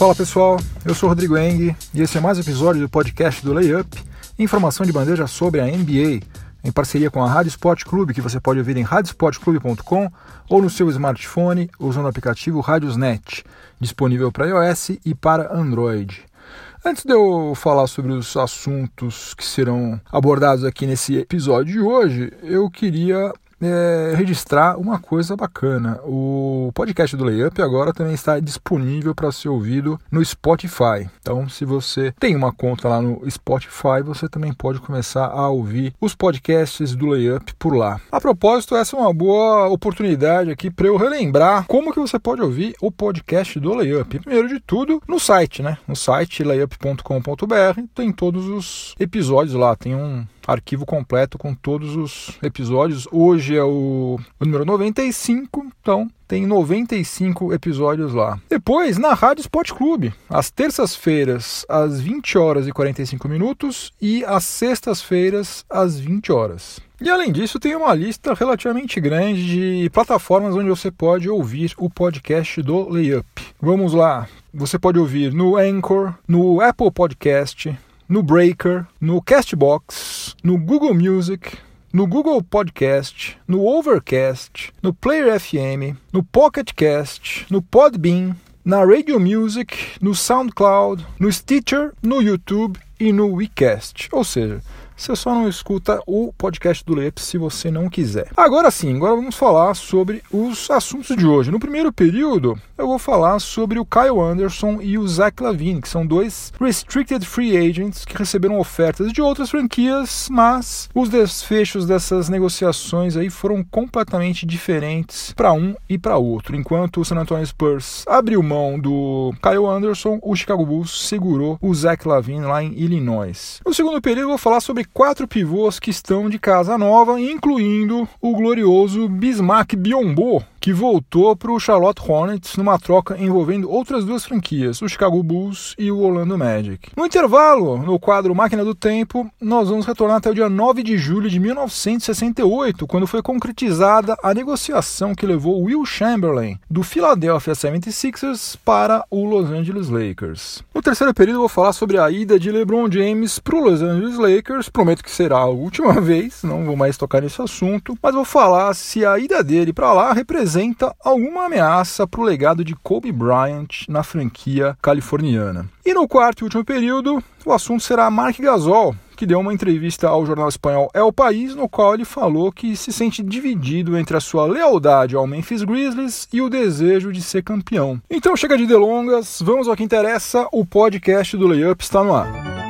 Fala pessoal, eu sou o Rodrigo Eng e esse é mais um episódio do podcast do Layup, informação de bandeja sobre a NBA, em parceria com a Rádio Sport Clube, que você pode ouvir em radiosportclube.com ou no seu smartphone usando o aplicativo Radiosnet, disponível para iOS e para Android. Antes de eu falar sobre os assuntos que serão abordados aqui nesse episódio de hoje, eu queria registrar uma coisa bacana. O podcast do Layup agora também está disponível para ser ouvido no Spotify. Então, se você tem uma conta lá no Spotify, você também pode começar a ouvir os podcasts do Layup por lá. A propósito, essa é uma boa oportunidade aqui para eu relembrar como que você pode ouvir o podcast do Layup. Primeiro de tudo, no site, No site layup.com.br tem todos os episódios lá, tem um arquivo completo com todos os episódios. Hoje é o número 95, então tem 95 episódios lá. Depois, na Rádio Sport Clube, às terças-feiras, às 20 horas e 45 minutos e às sextas-feiras, às 20 horas. E além disso, tem uma lista relativamente grande de plataformas onde você pode ouvir o podcast do Layup. Vamos lá, você pode ouvir no Anchor, no Apple Podcast, no Breaker, no Castbox, no Google Music, no Google Podcast, no Overcast, no Player FM, no Pocket Cast, no Podbean, na Radio Music, no SoundCloud, no Stitcher, no YouTube e no WeCast. Ou seja, você só não escuta o podcast do Layup se você não quiser. Agora sim, agora vamos falar sobre os assuntos de hoje. No primeiro período, eu vou falar sobre o Kyle Anderson e o Zach LaVine, que são dois Restricted Free Agents que receberam ofertas de outras franquias, mas os desfechos dessas negociações aí foram completamente diferentes para um e para outro. Enquanto o San Antonio Spurs abriu mão do Kyle Anderson, o Chicago Bulls segurou o Zach LaVine lá em Illinois. No segundo período, eu vou falar sobre 4 pivôs que estão de casa nova, incluindo o glorioso Bismack Biyombo, que voltou para o Charlotte Hornets numa troca envolvendo outras duas franquias, o Chicago Bulls e o Orlando Magic. No intervalo, no quadro Máquina do Tempo, nós vamos retornar até o dia 9 de julho de 1968, quando foi concretizada a negociação que levou Will Chamberlain do Philadelphia 76ers para o Los Angeles Lakers. No terceiro período, eu vou falar sobre a ida de LeBron James para o Los Angeles Lakers. Prometo que será a última vez, não vou mais tocar nesse assunto, mas vou falar se a ida dele para lá representa alguma ameaça para o legado de Kobe Bryant na franquia californiana. E no quarto e último período, o assunto será Marc Gasol, que deu uma entrevista ao jornal espanhol El País, no qual ele falou que se sente dividido entre a sua lealdade ao Memphis Grizzlies e o desejo de ser campeão. Então chega de delongas, vamos ao que interessa, o podcast do Layup está no ar.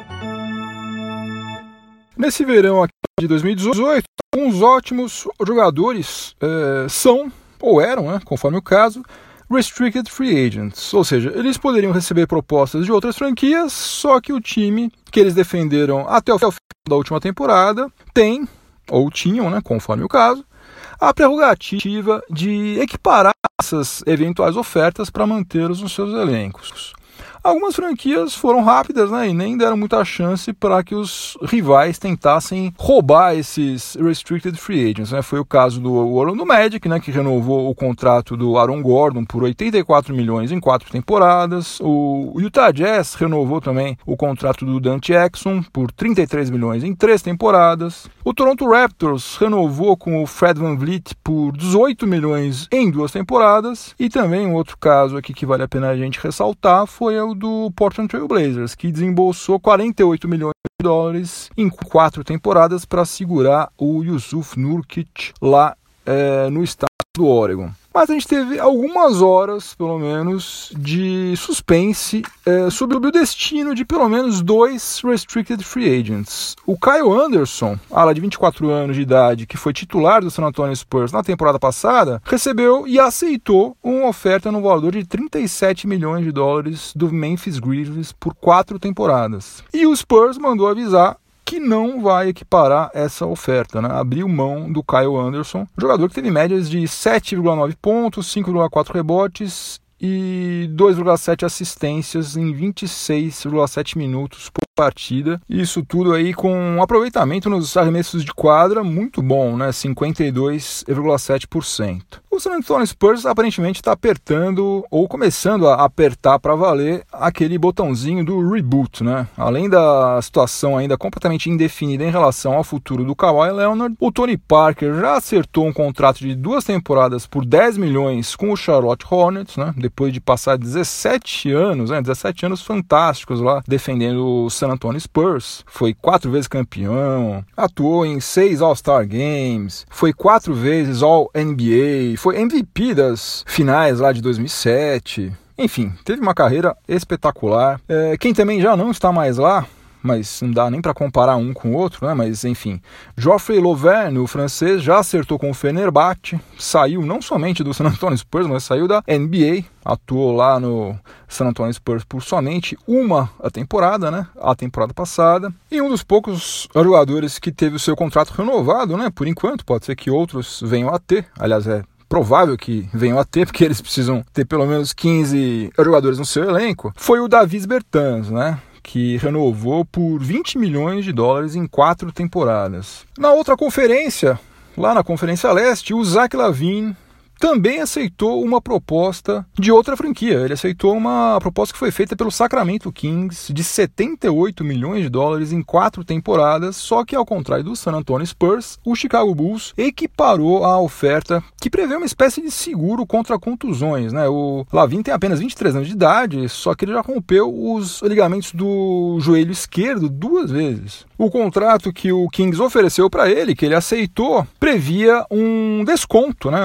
Nesse verão aqui de 2018, uns ótimos jogadores são, ou eram, conforme o caso, Restricted Free Agents, ou seja, eles poderiam receber propostas de outras franquias, só que o time que eles defenderam até o final da última temporada tem, ou tinham, conforme o caso, a prerrogativa de equiparar essas eventuais ofertas para mantê-los nos seus elencos. Algumas franquias foram rápidas, e nem deram muita chance para que os rivais tentassem roubar esses Restricted Free Agents. Foi o caso do Orlando Magic, que renovou o contrato do Aaron Gordon por 84 milhões em 4 temporadas. O Utah Jazz renovou também o contrato do Dante Exum por 33 milhões em 3 temporadas. O Toronto Raptors renovou com o Fred VanVleet por 18 milhões em 2 temporadas. E também um outro caso aqui que vale a pena a gente ressaltar foi o do Portland Trail Blazers, que desembolsou 48 milhões de dólares em 4 temporadas para segurar o Yusuf Nurkic lá no estado do Oregon. Mas a gente teve algumas horas, pelo menos, de suspense sobre o destino de pelo menos 2 Restricted Free Agents. O Kyle Anderson, ala de 24 anos de idade, que foi titular do San Antonio Spurs na temporada passada, recebeu e aceitou uma oferta no valor de 37 milhões de dólares do Memphis Grizzlies por 4 temporadas. E o Spurs mandou avisar que não vai equiparar essa oferta, abriu mão do Kyle Anderson, jogador que teve médias de 7,9 pontos, 5,4 rebotes e 2,7 assistências em 26,7 minutos por partida. Isso tudo aí com um aproveitamento nos arremessos de quadra muito bom, né? 52,7%. O San Antonio Spurs aparentemente está apertando ou começando a apertar para valer aquele botãozinho do reboot, né? Além da situação ainda completamente indefinida em relação ao futuro do Kawhi Leonard, o Tony Parker já acertou um contrato de 2 temporadas por 10 milhões com o Charlotte Hornets, né? Depois de passar 17 anos, né? 17 anos fantásticos lá defendendo o San Antonio Spurs. Foi 4 vezes campeão, atuou em 6 All-Star Games, foi 4 vezes All-NBA, foi MVP das finais lá de 2007. Enfim, teve uma carreira espetacular. Quem também já não está mais lá, mas não dá nem para comparar um com o outro, né? Mas enfim, Geoffrey Lauvergne, o francês, já acertou com o Fenerbahçe, saiu não somente do San Antonio Spurs, mas saiu da NBA, atuou lá no San Antonio Spurs por somente uma temporada, né? A temporada passada, e um dos poucos jogadores que teve o seu contrato renovado, né? Por enquanto, pode ser que outros venham a ter, aliás, é provável que venham a ter, porque eles precisam ter pelo menos 15 jogadores no seu elenco, foi o Davis Bertans, né? Que renovou por 20 milhões de dólares em 4 temporadas. Na outra conferência, lá na Conferência Leste, o Zach LaVine também aceitou uma proposta de outra franquia. Ele aceitou uma proposta que foi feita pelo Sacramento Kings de 78 milhões de dólares em 4 temporadas, só que ao contrário do San Antonio Spurs, o Chicago Bulls equiparou a oferta que prevê uma espécie de seguro contra contusões, né? O LaVine tem apenas 23 anos de idade, só que ele já rompeu os ligamentos do joelho esquerdo 2 vezes. O contrato que o Kings ofereceu para ele, que ele aceitou, previa um desconto, né?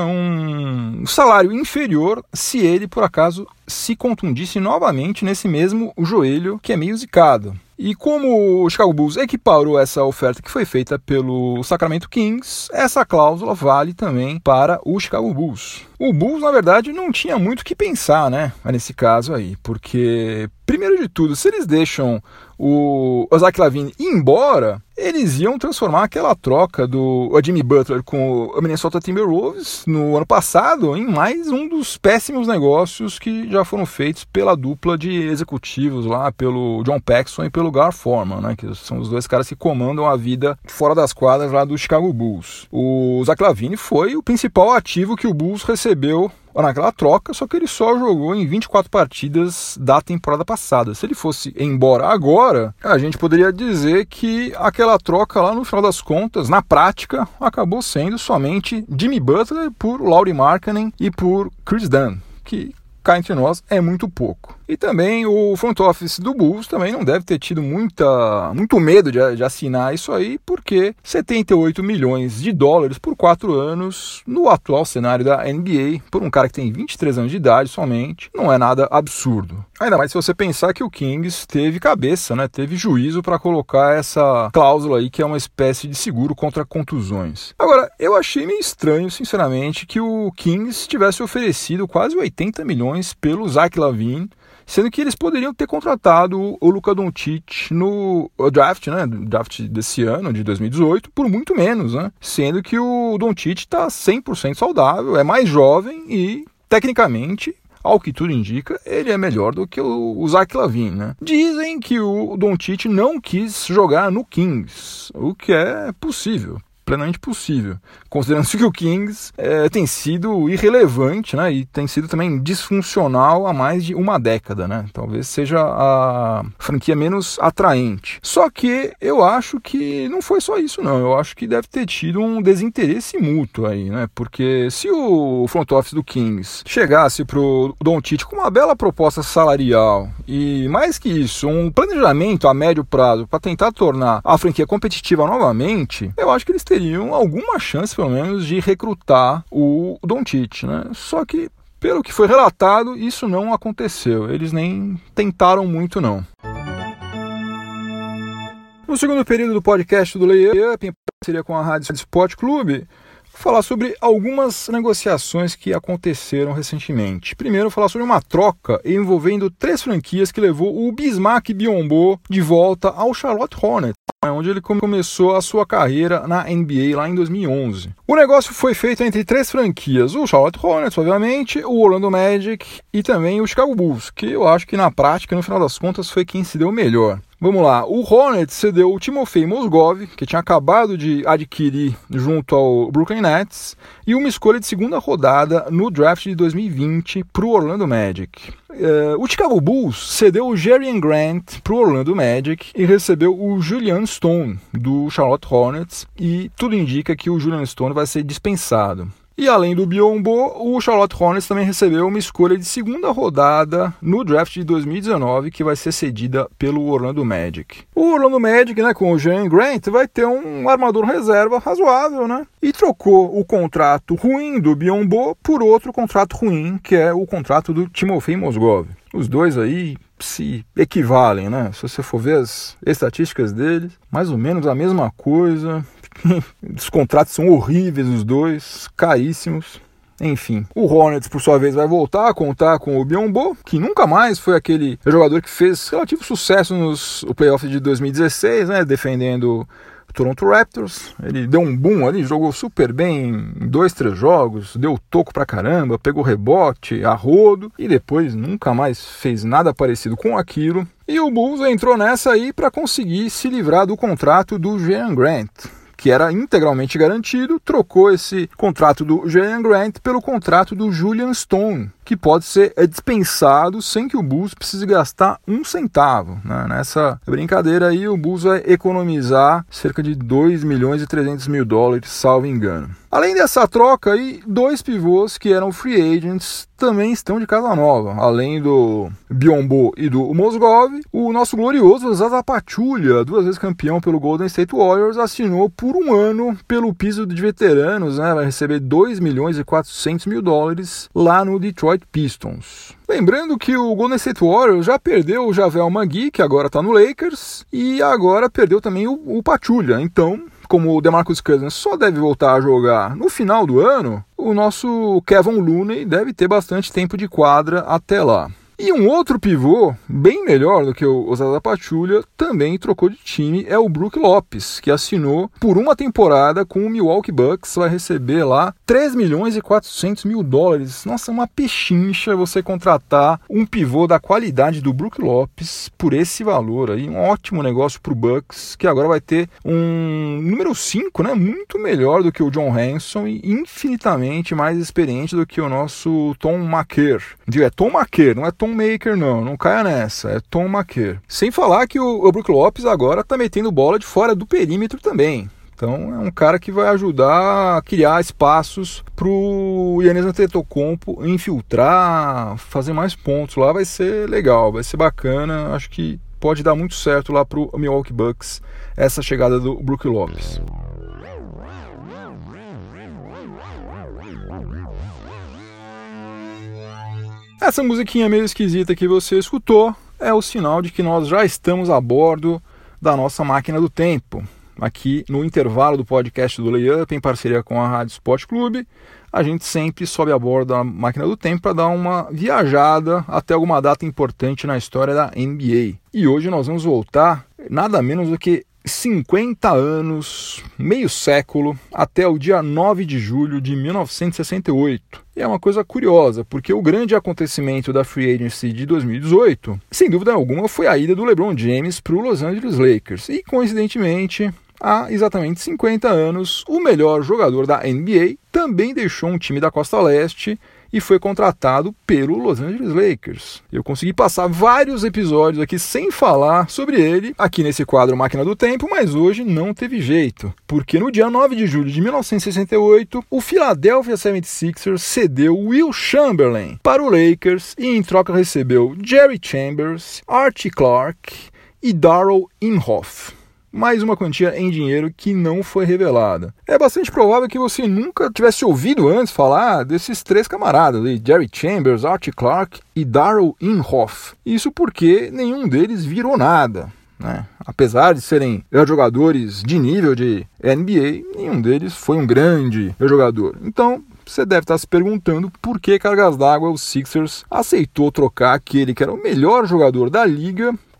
Um salário inferior se ele, por acaso, se contundisse novamente nesse mesmo joelho que é meio zicado. E como o Chicago Bulls equiparou essa oferta que foi feita pelo Sacramento Kings, essa cláusula vale também para o Chicago Bulls. O Bulls, na verdade, não tinha muito o que pensar, né, nesse caso aí, porque, primeiro de tudo, se eles deixam o Zach LaVine ir embora, eles iam transformar aquela troca do Jimmy Butler com o Minnesota Timberwolves no ano passado em mais um dos péssimos negócios que já foram feitos pela dupla de executivos lá, pelo John Paxson e pelo Gar Forman, né, que são os 2 caras que comandam a vida fora das quadras lá do Chicago Bulls. O Zach LaVine foi o principal ativo que o Bulls recebeu naquela troca, só que ele só jogou em 24 partidas da temporada passada. Se ele fosse embora agora, a gente poderia dizer que aquela troca lá, no final das contas, na prática, acabou sendo somente Jimmy Butler por Lauri Markkanen e por Chris Dunn, que cá entre nós é muito pouco. E também o front office do Bulls também não deve ter tido muito medo de assinar isso aí, porque 78 milhões de dólares por 4 anos no atual cenário da NBA, por um cara que tem 23 anos de idade somente, não é nada absurdo. Ainda mais se você pensar que o Kings teve cabeça, né? Teve juízo para colocar essa cláusula aí, que é uma espécie de seguro contra contusões. Agora, eu achei meio estranho, sinceramente, que o Kings tivesse oferecido quase 80 milhões pelo Zach LaVine, sendo que eles poderiam ter contratado o Luka Doncic no draft, né, draft desse ano, de 2018, por muito menos, né, sendo que o Doncic está 100% saudável, é mais jovem e, tecnicamente, ao que tudo indica, ele é melhor do que o Zach LaVine, né. Dizem que o Doncic não quis jogar no Kings, o que é possível. Plenamente possível, considerando que o Kings tem sido irrelevante, né, e tem sido também disfuncional há mais de uma década, né, talvez seja a franquia menos atraente. Só que eu acho que não foi só isso não, eu acho que deve ter tido um desinteresse mútuo aí, né, porque se o front office do Kings chegasse pro Doncic com uma bela proposta salarial e mais que isso, um planejamento a médio prazo para tentar tornar a franquia competitiva novamente, eu acho que eles teriam alguma chance, pelo menos, de recrutar o Doncic, né? Só que, pelo que foi relatado, isso não aconteceu. Eles nem tentaram muito, não. No segundo período do podcast do Layup, em parceria com a Rádio Sport Clube, vou falar sobre algumas negociações que aconteceram recentemente. Primeiro, falar sobre uma troca envolvendo 3 franquias que levou o Bismack Biyombo de volta ao Charlotte Hornets, onde ele começou a sua carreira na NBA lá em 2011. O negócio foi feito entre 3 franquias, o Charlotte Hornets, obviamente, o Orlando Magic e também o Chicago Bulls, que eu acho que na prática, no final das contas, foi quem se deu melhor. Vamos lá, o Hornets cedeu o Timofey Mozgov, que tinha acabado de adquirir junto ao Brooklyn Nets, e uma escolha de segunda rodada no draft de 2020 para o Orlando Magic. O Chicago Bulls cedeu o Jerian Grant para o Orlando Magic e recebeu o Julian Stone do Charlotte Hornets, e tudo indica que o Julian Stone vai ser dispensado. E além do Biyombo, o Charlotte Hornets também recebeu uma escolha de segunda rodada no draft de 2019, que vai ser cedida pelo Orlando Magic. O Orlando Magic, né, com o Jerian Grant, vai ter um armador reserva razoável, né? E trocou o contrato ruim do Biyombo por outro contrato ruim, que é o contrato do Timofey Mozgov. Os dois aí se equivalem, né? Se você for ver as estatísticas deles, mais ou menos a mesma coisa. Os contratos são horríveis, os dois, caríssimos. Enfim, o Hornets, por sua vez, vai voltar a contar com o Biyombo, que nunca mais foi aquele jogador que fez relativo sucesso nos playoffs de 2016, né, defendendo o Toronto Raptors. Ele deu um boom ali, jogou super bem em 2-3 jogos, deu toco pra caramba, pegou rebote, a rodo, e depois nunca mais fez nada parecido com aquilo. E o Bulls entrou nessa aí para conseguir se livrar do contrato do Jerian Grant, que era integralmente garantido, trocou esse contrato do Jerian Grant pelo contrato do Julian Stone, que pode ser dispensado sem que o Bulls precise gastar um centavo. Né? Nessa brincadeira aí, o Bulls vai economizar cerca de 2.300.000 dólares, salvo engano. Além dessa troca aí, 2 pivôs que eram free agents também estão de casa nova. Além do Biyombo e do Mozgov, o nosso glorioso Zaza Pachulia, 2 vezes campeão pelo Golden State Warriors, assinou por 1 ano pelo piso de veteranos, né? Vai receber 2.400.000 dólares lá no Detroit Pistons. Lembrando que o Golden State Warriors já perdeu o JaVale McGee, que agora está no Lakers, e agora perdeu também o Pachulia. Então, como o DeMarcus Cousins só deve voltar a jogar no final do ano, o nosso Kevin Looney deve ter bastante tempo de quadra até lá. E um outro pivô, bem melhor do que o Zaza Pachulia, também trocou de time, é o Brook Lopes, que assinou por uma temporada com o Milwaukee Bucks, vai receber lá 3.400.000 dólares. Nossa, é uma pechincha você contratar um pivô da qualidade do Brook Lopes por esse valor aí. Um ótimo negócio para o Bucks, que agora vai ter um número 5, né, muito melhor do que o John Henson e infinitamente mais experiente do que o nosso Tom Maker. É Tom Maker, não é Tom Maker não caia nessa, é Tom Maker. Sem falar que o Brook Lopes agora tá metendo bola de fora do perímetro também. Então é um cara que vai ajudar a criar espaços pro Giannis Antetokounmpo infiltrar, fazer mais pontos lá. Vai ser legal, vai ser bacana. Acho que pode dar muito certo lá pro Milwaukee Bucks essa chegada do Brook Lopes. Essa musiquinha meio esquisita que você escutou é o sinal de que nós já estamos a bordo da nossa máquina do tempo. Aqui no intervalo do podcast do Layup, em parceria com a Rádio Sport Clube, a gente sempre sobe a bordo da máquina do tempo para dar uma viajada até alguma data importante na história da NBA. E hoje nós vamos voltar nada menos do que 50 anos, meio século, até o dia 9 de julho de 1968. E é uma coisa curiosa, porque o grande acontecimento da Free Agency de 2018, sem dúvida alguma, foi a ida do LeBron James para o Los Angeles Lakers. E, coincidentemente, há exatamente 50 anos, o melhor jogador da NBA também deixou um time da Costa Leste e foi contratado pelo Los Angeles Lakers. Eu consegui passar vários episódios aqui sem falar sobre ele, aqui nesse quadro Máquina do Tempo, mas hoje não teve jeito, porque no dia 9 de julho de 1968, o Philadelphia 76ers cedeu Will Chamberlain para o Lakers e em troca recebeu Jerry Chambers, Archie Clark e Darrell Imhoff. Mais uma quantia em dinheiro que não foi revelada. É bastante provável que você nunca tivesse ouvido antes falar desses 3 camaradas, Jerry Chambers, Archie Clark e Darrell Imhoff. Isso porque nenhum deles virou nada, né? Apesar de serem jogadores de nível de NBA, nenhum deles foi um grande jogador. Então, você deve estar se perguntando por que, cargas d'água, o Sixers aceitou trocar aquele que era o melhor jogador da liga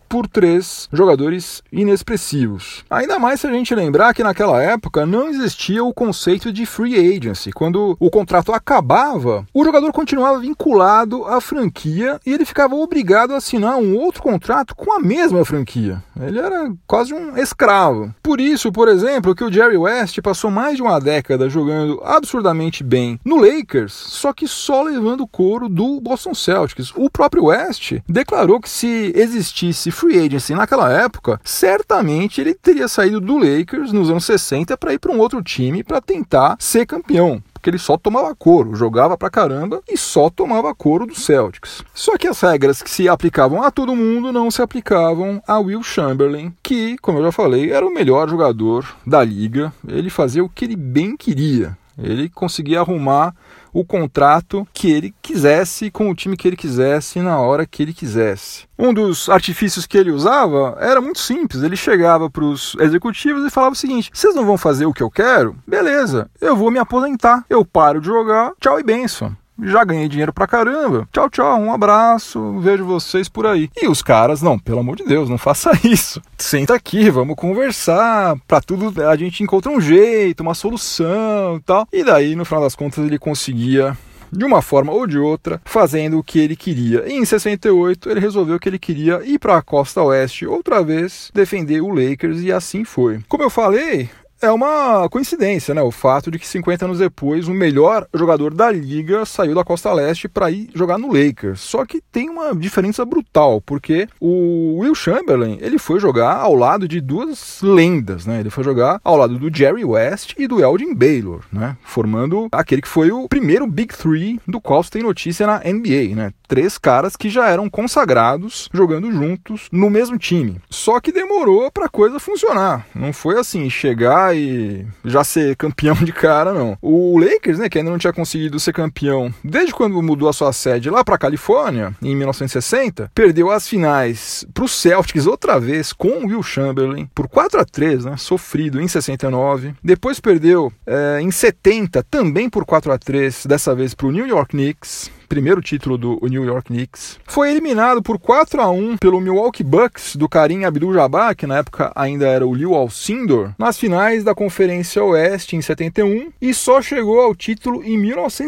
por 3 jogadores inexpressivos. Ainda mais se a gente lembrar que naquela época não existia o conceito de free agency. Quando o contrato acabava, o jogador continuava vinculado à franquia e ele ficava obrigado a assinar um outro contrato com a mesma franquia. Ele era quase um escravo. Por isso, por exemplo, que o Jerry West passou mais de uma década jogando absurdamente bem no Lakers, só que só levando o couro do Boston Celtics. O próprio West declarou que se existisse free agency naquela época, certamente ele teria saído do Lakers nos anos 60 para ir para um outro time para tentar ser campeão. Porque ele só tomava couro, jogava pra caramba e só tomava couro do Celtics. Só que as regras que se aplicavam a todo mundo não se aplicavam a Will Chamberlain, que, como eu já falei, era o melhor jogador da liga. Ele fazia o que ele bem queria. Ele conseguia arrumar o contrato que ele quisesse, com o time que ele quisesse, na hora que ele quisesse. Um dos artifícios que ele usava era muito simples. Ele chegava para os executivos e falava o seguinte: vocês não vão fazer o que eu quero? Beleza, eu vou me aposentar. Eu paro de jogar, tchau e benção. Já ganhei dinheiro pra caramba. Tchau, tchau, um abraço, vejo vocês por aí. E os caras, não, pelo amor de Deus, não faça isso. Senta aqui, vamos conversar. Pra tudo a gente encontra um jeito, uma solução e tal. E daí, no final das contas, ele conseguia, de uma forma ou de outra, fazendo o que ele queria. E em 68, ele resolveu que ele queria ir para a Costa Oeste outra vez, defender o Lakers, e assim foi. Como eu falei, é uma coincidência, né? O fato de que 50 anos depois, o melhor jogador da liga saiu da Costa Leste para ir jogar no Lakers. Só que tem uma diferença brutal, porque o Will Chamberlain, ele foi jogar ao lado de duas lendas, né? Ele foi jogar ao lado do Jerry West e do Elgin Baylor, né? Formando aquele que foi o primeiro Big Three do qual se tem notícia na NBA, né? 3 caras que já eram consagrados jogando juntos no mesmo time. Só que demorou para a coisa funcionar. Não foi assim, chegar e já ser campeão de cara, não. O Lakers, né, que ainda não tinha conseguido ser campeão desde quando mudou a sua sede lá para Califórnia, em 1960, perdeu as finais para o Celtics outra vez com o Will Chamberlain por 4-3, né, sofrido em 69. Depois perdeu em 70 também por 4-3, dessa vez para o New York Knicks. Primeiro título do New York Knicks. Foi eliminado por 4-1 pelo Milwaukee Bucks do Kareem Abdul-Jabbar, que na época ainda era o Lew Alcindor, nas finais da Conferência Oeste em 71, e só chegou ao título em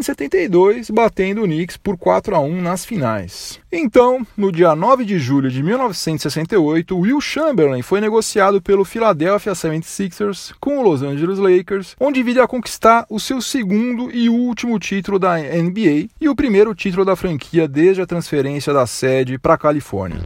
1972, batendo o Knicks por 4-1 nas finais. Então, no dia 9 de julho de 1968, Will Chamberlain foi negociado pelo Philadelphia 76ers com o Los Angeles Lakers, onde viria a conquistar o seu segundo e último título da NBA e o primeiro título da franquia desde a transferência da sede para a Califórnia.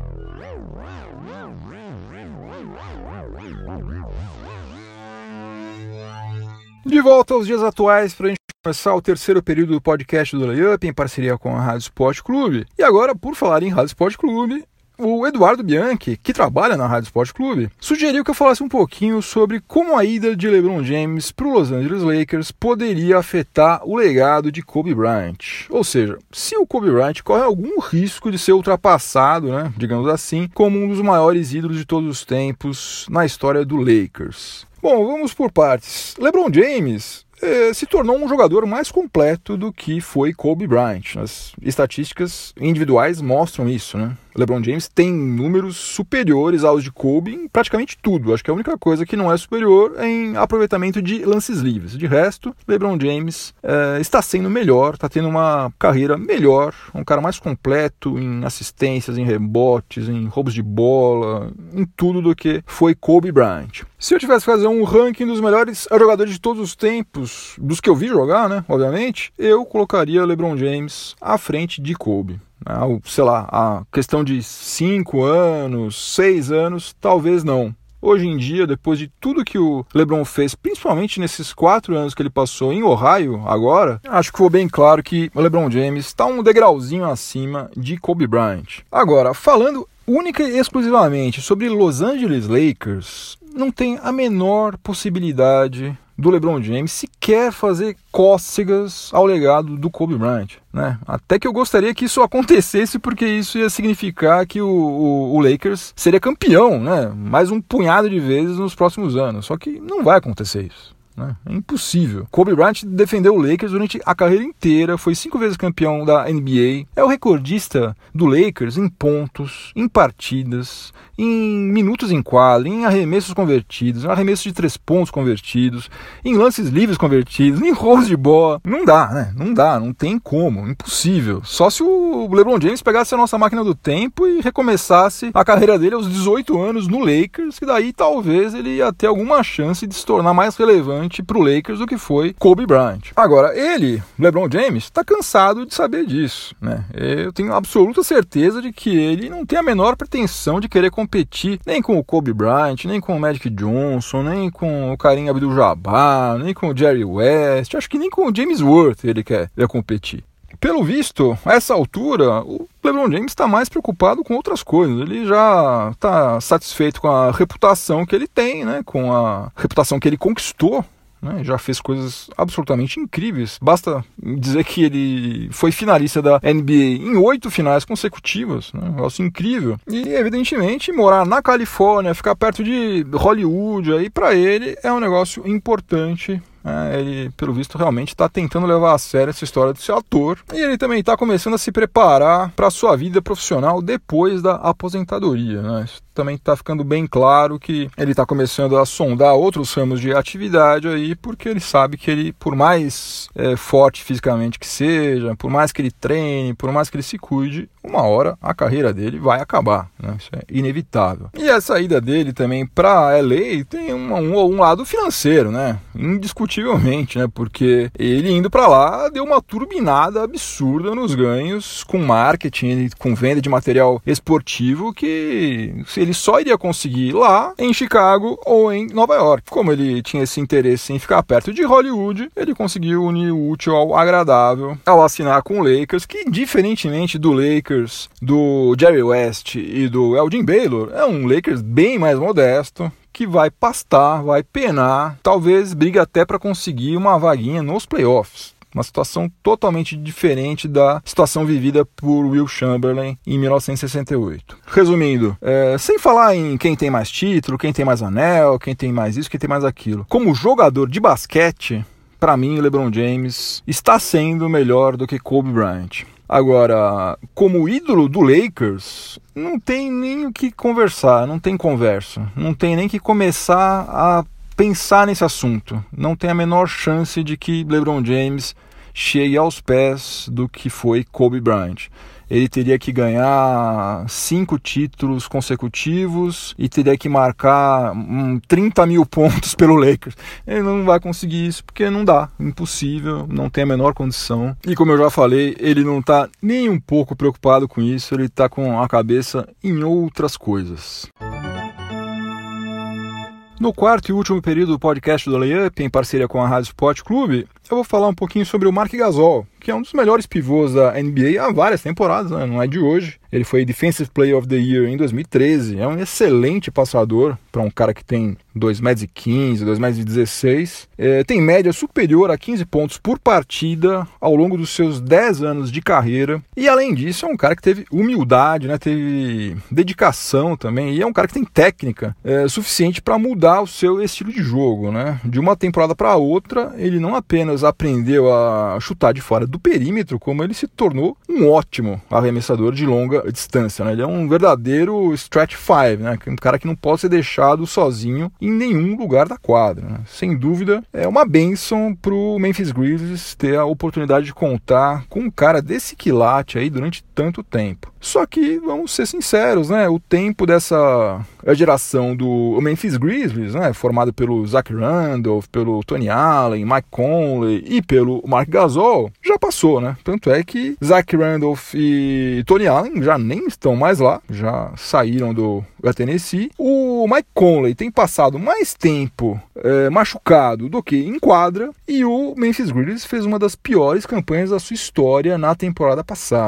De volta aos dias atuais para a gente começar o terceiro período do podcast do Layup em parceria com a Rádio Sport Clube. E agora, por falar em Rádio Sport Clube, o Eduardo Bianchi, que trabalha na Rádio Sport Clube, sugeriu que eu falasse um pouquinho sobre como a ida de LeBron James para o Los Angeles Lakers poderia afetar o legado de Kobe Bryant. Ou seja, se o Kobe Bryant corre algum risco de ser ultrapassado, né, digamos assim, como um dos maiores ídolos de todos os tempos na história do Lakers. Bom, vamos por partes. LeBron James se tornou um jogador mais completo do que foi Kobe Bryant. As estatísticas individuais mostram isso, né? LeBron James tem números superiores aos de Kobe em praticamente tudo. Acho que a única coisa que não é superior é em aproveitamento de lances livres. De resto, LeBron James está sendo melhor, está tendo uma carreira melhor, um cara mais completo em assistências, em rebotes, em roubos de bola, em tudo do que foi Kobe Bryant. Se eu tivesse que fazer um ranking dos melhores jogadores de todos os tempos, dos que eu vi jogar, né, obviamente, eu colocaria LeBron James à frente de Kobe. Sei lá, a questão de 5 anos, 6 anos, talvez não. Hoje em dia, depois de tudo que o LeBron fez, principalmente nesses 4 anos que ele passou em Ohio agora, acho que ficou bem claro que o LeBron James está um degrauzinho acima de Kobe Bryant. Agora, falando única e exclusivamente sobre Los Angeles Lakers, não tem a menor possibilidade do LeBron James sequer fazer cócegas ao legado do Kobe Bryant, né? Até que eu gostaria que isso acontecesse, porque isso ia significar que o Lakers seria campeão, né? Mais um punhado de vezes nos próximos anos. Só que não vai acontecer isso. né? É impossível. Kobe Bryant defendeu o Lakers durante a carreira inteira, foi 5 vezes campeão da NBA, é o recordista do Lakers em pontos, em partidas, em minutos em quadra, em arremessos convertidos, em arremessos de 3 pontos convertidos, em lances livres convertidos, em roubos de bola. Não dá, né? Não tem como, impossível. Só se o LeBron James pegasse a nossa máquina do tempo e recomeçasse a carreira dele aos 18 anos no Lakers, que daí talvez ele ia ter alguma chance de se tornar mais relevante pro Lakers do que foi Kobe Bryant. Agora, ele, LeBron James, tá cansado de saber disso, né? Eu tenho absoluta certeza de que ele não tem a menor pretensão de querer competir nem com o Kobe Bryant, nem com o Magic Johnson, nem com o Kareem Abdul-Jabbar, nem com o Jerry West, acho que nem com o James Worth ele quer competir. Pelo visto, a essa altura, o LeBron James está mais preocupado com outras coisas. Ele já está satisfeito com a reputação que ele tem, né? Com a reputação que ele conquistou, né? Já fez coisas absolutamente incríveis. Basta dizer que ele foi finalista da NBA em 8 finais consecutivas, né? Um negócio incrível. E, evidentemente, morar na Califórnia, ficar perto de Hollywood, aí para ele é um negócio importante. Ele, pelo visto, realmente está tentando levar a sério essa história de ser ator. E ele também está começando a se preparar para a sua vida profissional depois da aposentadoria, né? Isso também está ficando bem claro que ele está começando a sondar outros ramos de atividade aí, porque ele sabe que ele, por mais forte fisicamente que seja, por mais que ele treine, por mais que ele se cuide, uma hora a carreira dele vai acabar, né? Isso é inevitável. E a saída dele também para LA tem um lado financeiro, né? Indiscutivelmente, né? Porque ele indo para lá deu uma turbinada absurda nos ganhos com marketing, com venda de material esportivo que ele só iria conseguir lá em Chicago ou em Nova York. Como ele tinha esse interesse em ficar perto de Hollywood, ele conseguiu unir o útil ao agradável ao assinar com o Lakers, que diferentemente do Lakers do Jerry West e do Elgin Baylor, é um Lakers bem mais modesto, que vai pastar, vai penar, talvez brigue até para conseguir uma vaguinha nos playoffs. Uma situação totalmente diferente da situação vivida por Will Chamberlain em 1968. Resumindo, sem falar em quem tem mais título, quem tem mais anel, quem tem mais isso, quem tem mais aquilo. Como jogador de basquete, para mim, o LeBron James está sendo melhor do que Kobe Bryant. Agora, como ídolo do Lakers, não tem nem o que conversar, não tem conversa. Não tem nem que começar a pensar nesse assunto. Não tem a menor chance de que LeBron James chegue aos pés do que foi Kobe Bryant. Ele teria que ganhar 5 títulos consecutivos e teria que marcar 30 mil pontos pelo Lakers. Ele não vai conseguir isso porque não dá, impossível, não tem a menor condição. E como eu já falei, ele não está nem um pouco preocupado com isso, ele está com a cabeça em outras coisas. No quarto e último período do podcast do Layup, em parceria com a Rádio Sport Clube, eu vou falar um pouquinho sobre o Marc Gasol, que é um dos melhores pivôs da NBA há várias temporadas, né? Não é de hoje. Ele foi Defensive Player of the Year em 2013, é um excelente passador para um cara que tem 2,15 m, 2,16 m. Tem média superior a 15 pontos por partida ao longo dos seus 10 anos de carreira. E além disso, é um cara que teve humildade, né? Teve dedicação também, e é um cara que tem técnica suficiente para mudar o seu estilo de jogo, né? De uma temporada para outra, ele não apenas aprendeu a chutar de fora do perímetro, como ele se tornou um ótimo arremessador de longa distância, né? Ele é um verdadeiro stretch five, né? Um cara que não pode ser deixado sozinho em nenhum lugar da quadra, né? Sem dúvida, é uma bênção pro Memphis Grizzlies ter a oportunidade de contar com um cara desse quilate aí durante tanto tempo. Só que, vamos ser sinceros, né? O tempo dessa geração do Memphis Grizzlies, né? Formado pelo Zach Randolph, pelo Tony Allen, Mike Conley e pelo Marc Gasol, já passou, né? Tanto é que Zach Randolph e Tony Allen já nem estão mais lá, já saíram do Tennessee. O Mike Conley tem passado mais tempo machucado do que em quadra, e o Memphis Grizzlies fez uma das piores campanhas da sua história na temporada passada.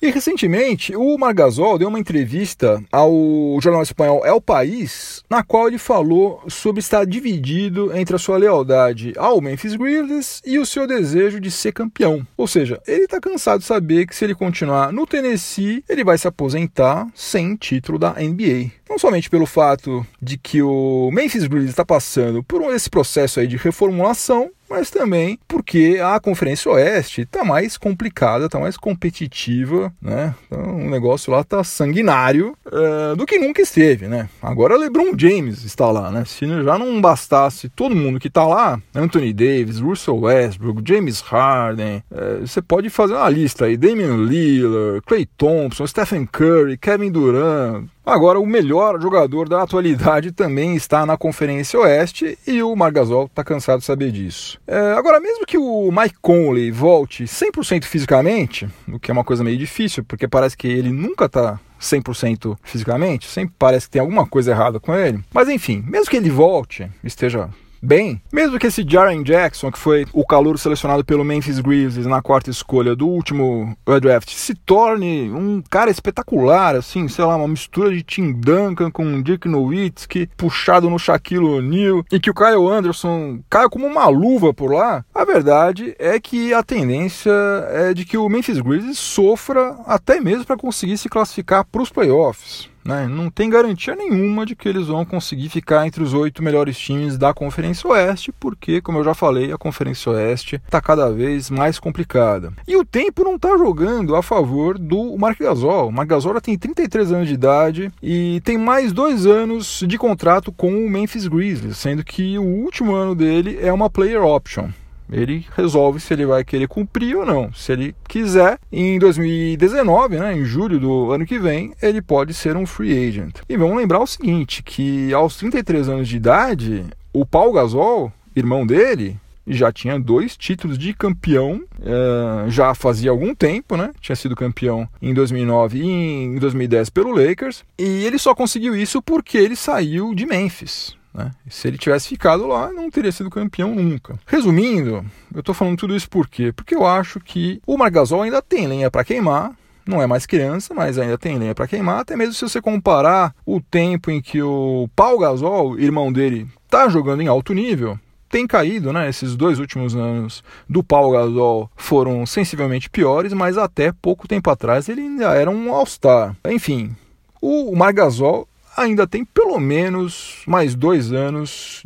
E recentemente, o Marc Gasol deu uma entrevista ao jornal espanhol El País, na qual ele falou sobre estar dividido entre a sua lealdade ao Memphis Grizzlies e o seu desejo de ser campeão. Ou seja, ele está cansado de saber que se ele continuar no Tennessee, ele vai se aposentar sem título da NBA. Não somente pelo fato de que o Memphis Grizzlies está passando por esse processo aí de reformulação, mas também porque a Conferência Oeste está mais complicada, está mais competitiva, né? Então, o negócio lá está sanguinário do que nunca esteve, né? Agora LeBron James está lá, né? Se já não bastasse todo mundo que está lá, Anthony Davis, Russell Westbrook, James Harden, você pode fazer uma lista aí, Damian Lillard, Klay Thompson, Stephen Curry, Kevin Durant. Agora, o melhor jogador da atualidade também está na Conferência Oeste e o Marc Gasol está cansado de saber disso. Agora, mesmo que o Mike Conley volte 100% fisicamente, o que é uma coisa meio difícil, porque parece que ele nunca está 100% fisicamente, sempre parece que tem alguma coisa errada com ele. Mas enfim, mesmo que ele volte, esteja bem, mesmo que esse Jaren Jackson, que foi o calouro selecionado pelo Memphis Grizzlies na 4ª escolha do último draft, se torne um cara espetacular, assim, sei lá, uma mistura de Tim Duncan com Dirk Nowitzki, puxado no Shaquille O'Neal, e que o Kyle Anderson caia como uma luva por lá, a verdade é que a tendência é de que o Memphis Grizzlies sofra até mesmo para conseguir se classificar para os playoffs. Não tem garantia nenhuma de que eles vão conseguir ficar entre os 8 melhores times da Conferência Oeste, porque, como eu já falei, a Conferência Oeste está cada vez mais complicada. E o tempo não está jogando a favor do Marc Gasol. O Marc Gasol já tem 33 anos de idade e tem mais 2 anos de contrato com o Memphis Grizzlies, sendo que o último ano dele é uma player option. Ele resolve se ele vai querer cumprir ou não. Se ele quiser, em 2019, em julho do ano que vem, ele pode ser um free agent. E vamos lembrar o seguinte, que aos 33 anos de idade, o Paul Gasol, irmão dele, já tinha 2 títulos de campeão, já fazia algum tempo, tinha sido campeão em 2009 e em 2010 pelo Lakers, e ele só conseguiu isso porque ele saiu de Memphis. Se ele tivesse ficado lá, não teria sido campeão nunca. Resumindo, eu estou falando tudo isso por quê? Porque eu acho que o Marc Gasol ainda tem lenha para queimar, não é mais criança, mas ainda tem lenha para queimar, até mesmo se você comparar o tempo em que o Paul Gasol, irmão dele, está jogando em alto nível, tem caído, esses 2 últimos anos do Paul Gasol foram sensivelmente piores, mas até pouco tempo atrás ele ainda era um All-Star. Enfim, o Marc Gasol ainda tem pelo menos mais 2 anos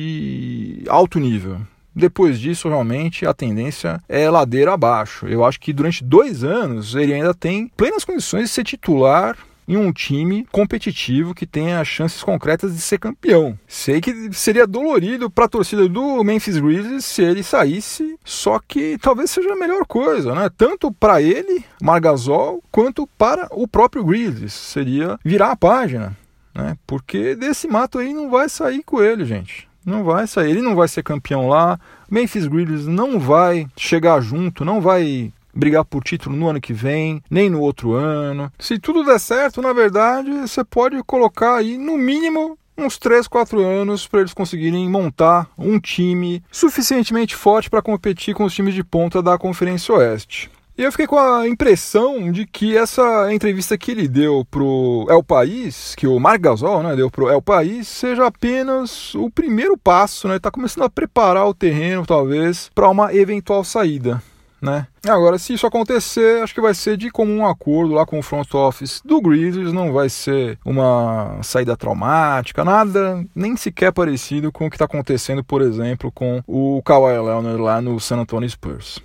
de alto nível. Depois disso, realmente, a tendência é ladeira abaixo. Eu acho que durante 2 anos ele ainda tem plenas condições de ser titular em um time competitivo que tenha chances concretas de ser campeão. Sei que seria dolorido para a torcida do Memphis Grizzlies se ele saísse, só que talvez seja a melhor coisa, tanto para ele, Marc Gasol, quanto para o próprio Grizzlies. Seria virar a página. Porque desse mato aí não vai sair coelho, gente. Não vai sair, ele não vai ser campeão lá. Memphis Grizzlies não vai chegar junto, não vai brigar por título no ano que vem, nem no outro ano. Se tudo der certo, na verdade, você pode colocar aí no mínimo uns 3, 4 anos para eles conseguirem montar um time suficientemente forte para competir com os times de ponta da Conferência Oeste. E eu fiquei com a impressão de que essa entrevista que ele deu pro El País, que o Marc Gasol deu pro El País, seja apenas o primeiro passo, Tá começando a preparar o terreno, talvez, para uma eventual saída, Agora, se isso acontecer, acho que vai ser de comum acordo lá com o front office do Grizzlies, não vai ser uma saída traumática, nada nem sequer parecido com o que está acontecendo, por exemplo, com o Kawhi Leonard lá no San Antonio Spurs.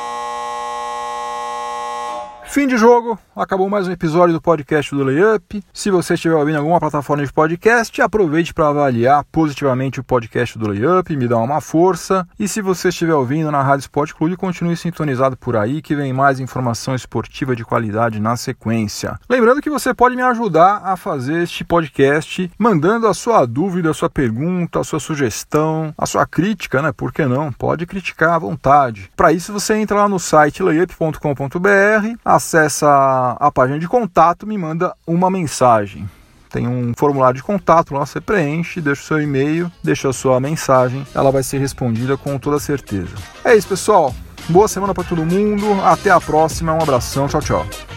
Fim de jogo, acabou mais um episódio do podcast do Layup. Se você estiver ouvindo em alguma plataforma de podcast, aproveite para avaliar positivamente o podcast do Layup, me dá uma força. E se você estiver ouvindo na Rádio Sport Clube, continue sintonizado por aí, que vem mais informação esportiva de qualidade na sequência. Lembrando que você pode me ajudar a fazer este podcast, mandando a sua dúvida, a sua pergunta, a sua sugestão, a sua crítica, Por que não? Pode criticar à vontade. Para isso, você entra lá no site layup.com.br, acessa a página de contato, me manda uma mensagem. Tem um formulário de contato lá, você preenche, deixa o seu e-mail, deixa a sua mensagem, ela vai ser respondida com toda certeza. É isso, pessoal. Boa semana para todo mundo, até a próxima, um abração, tchau, tchau.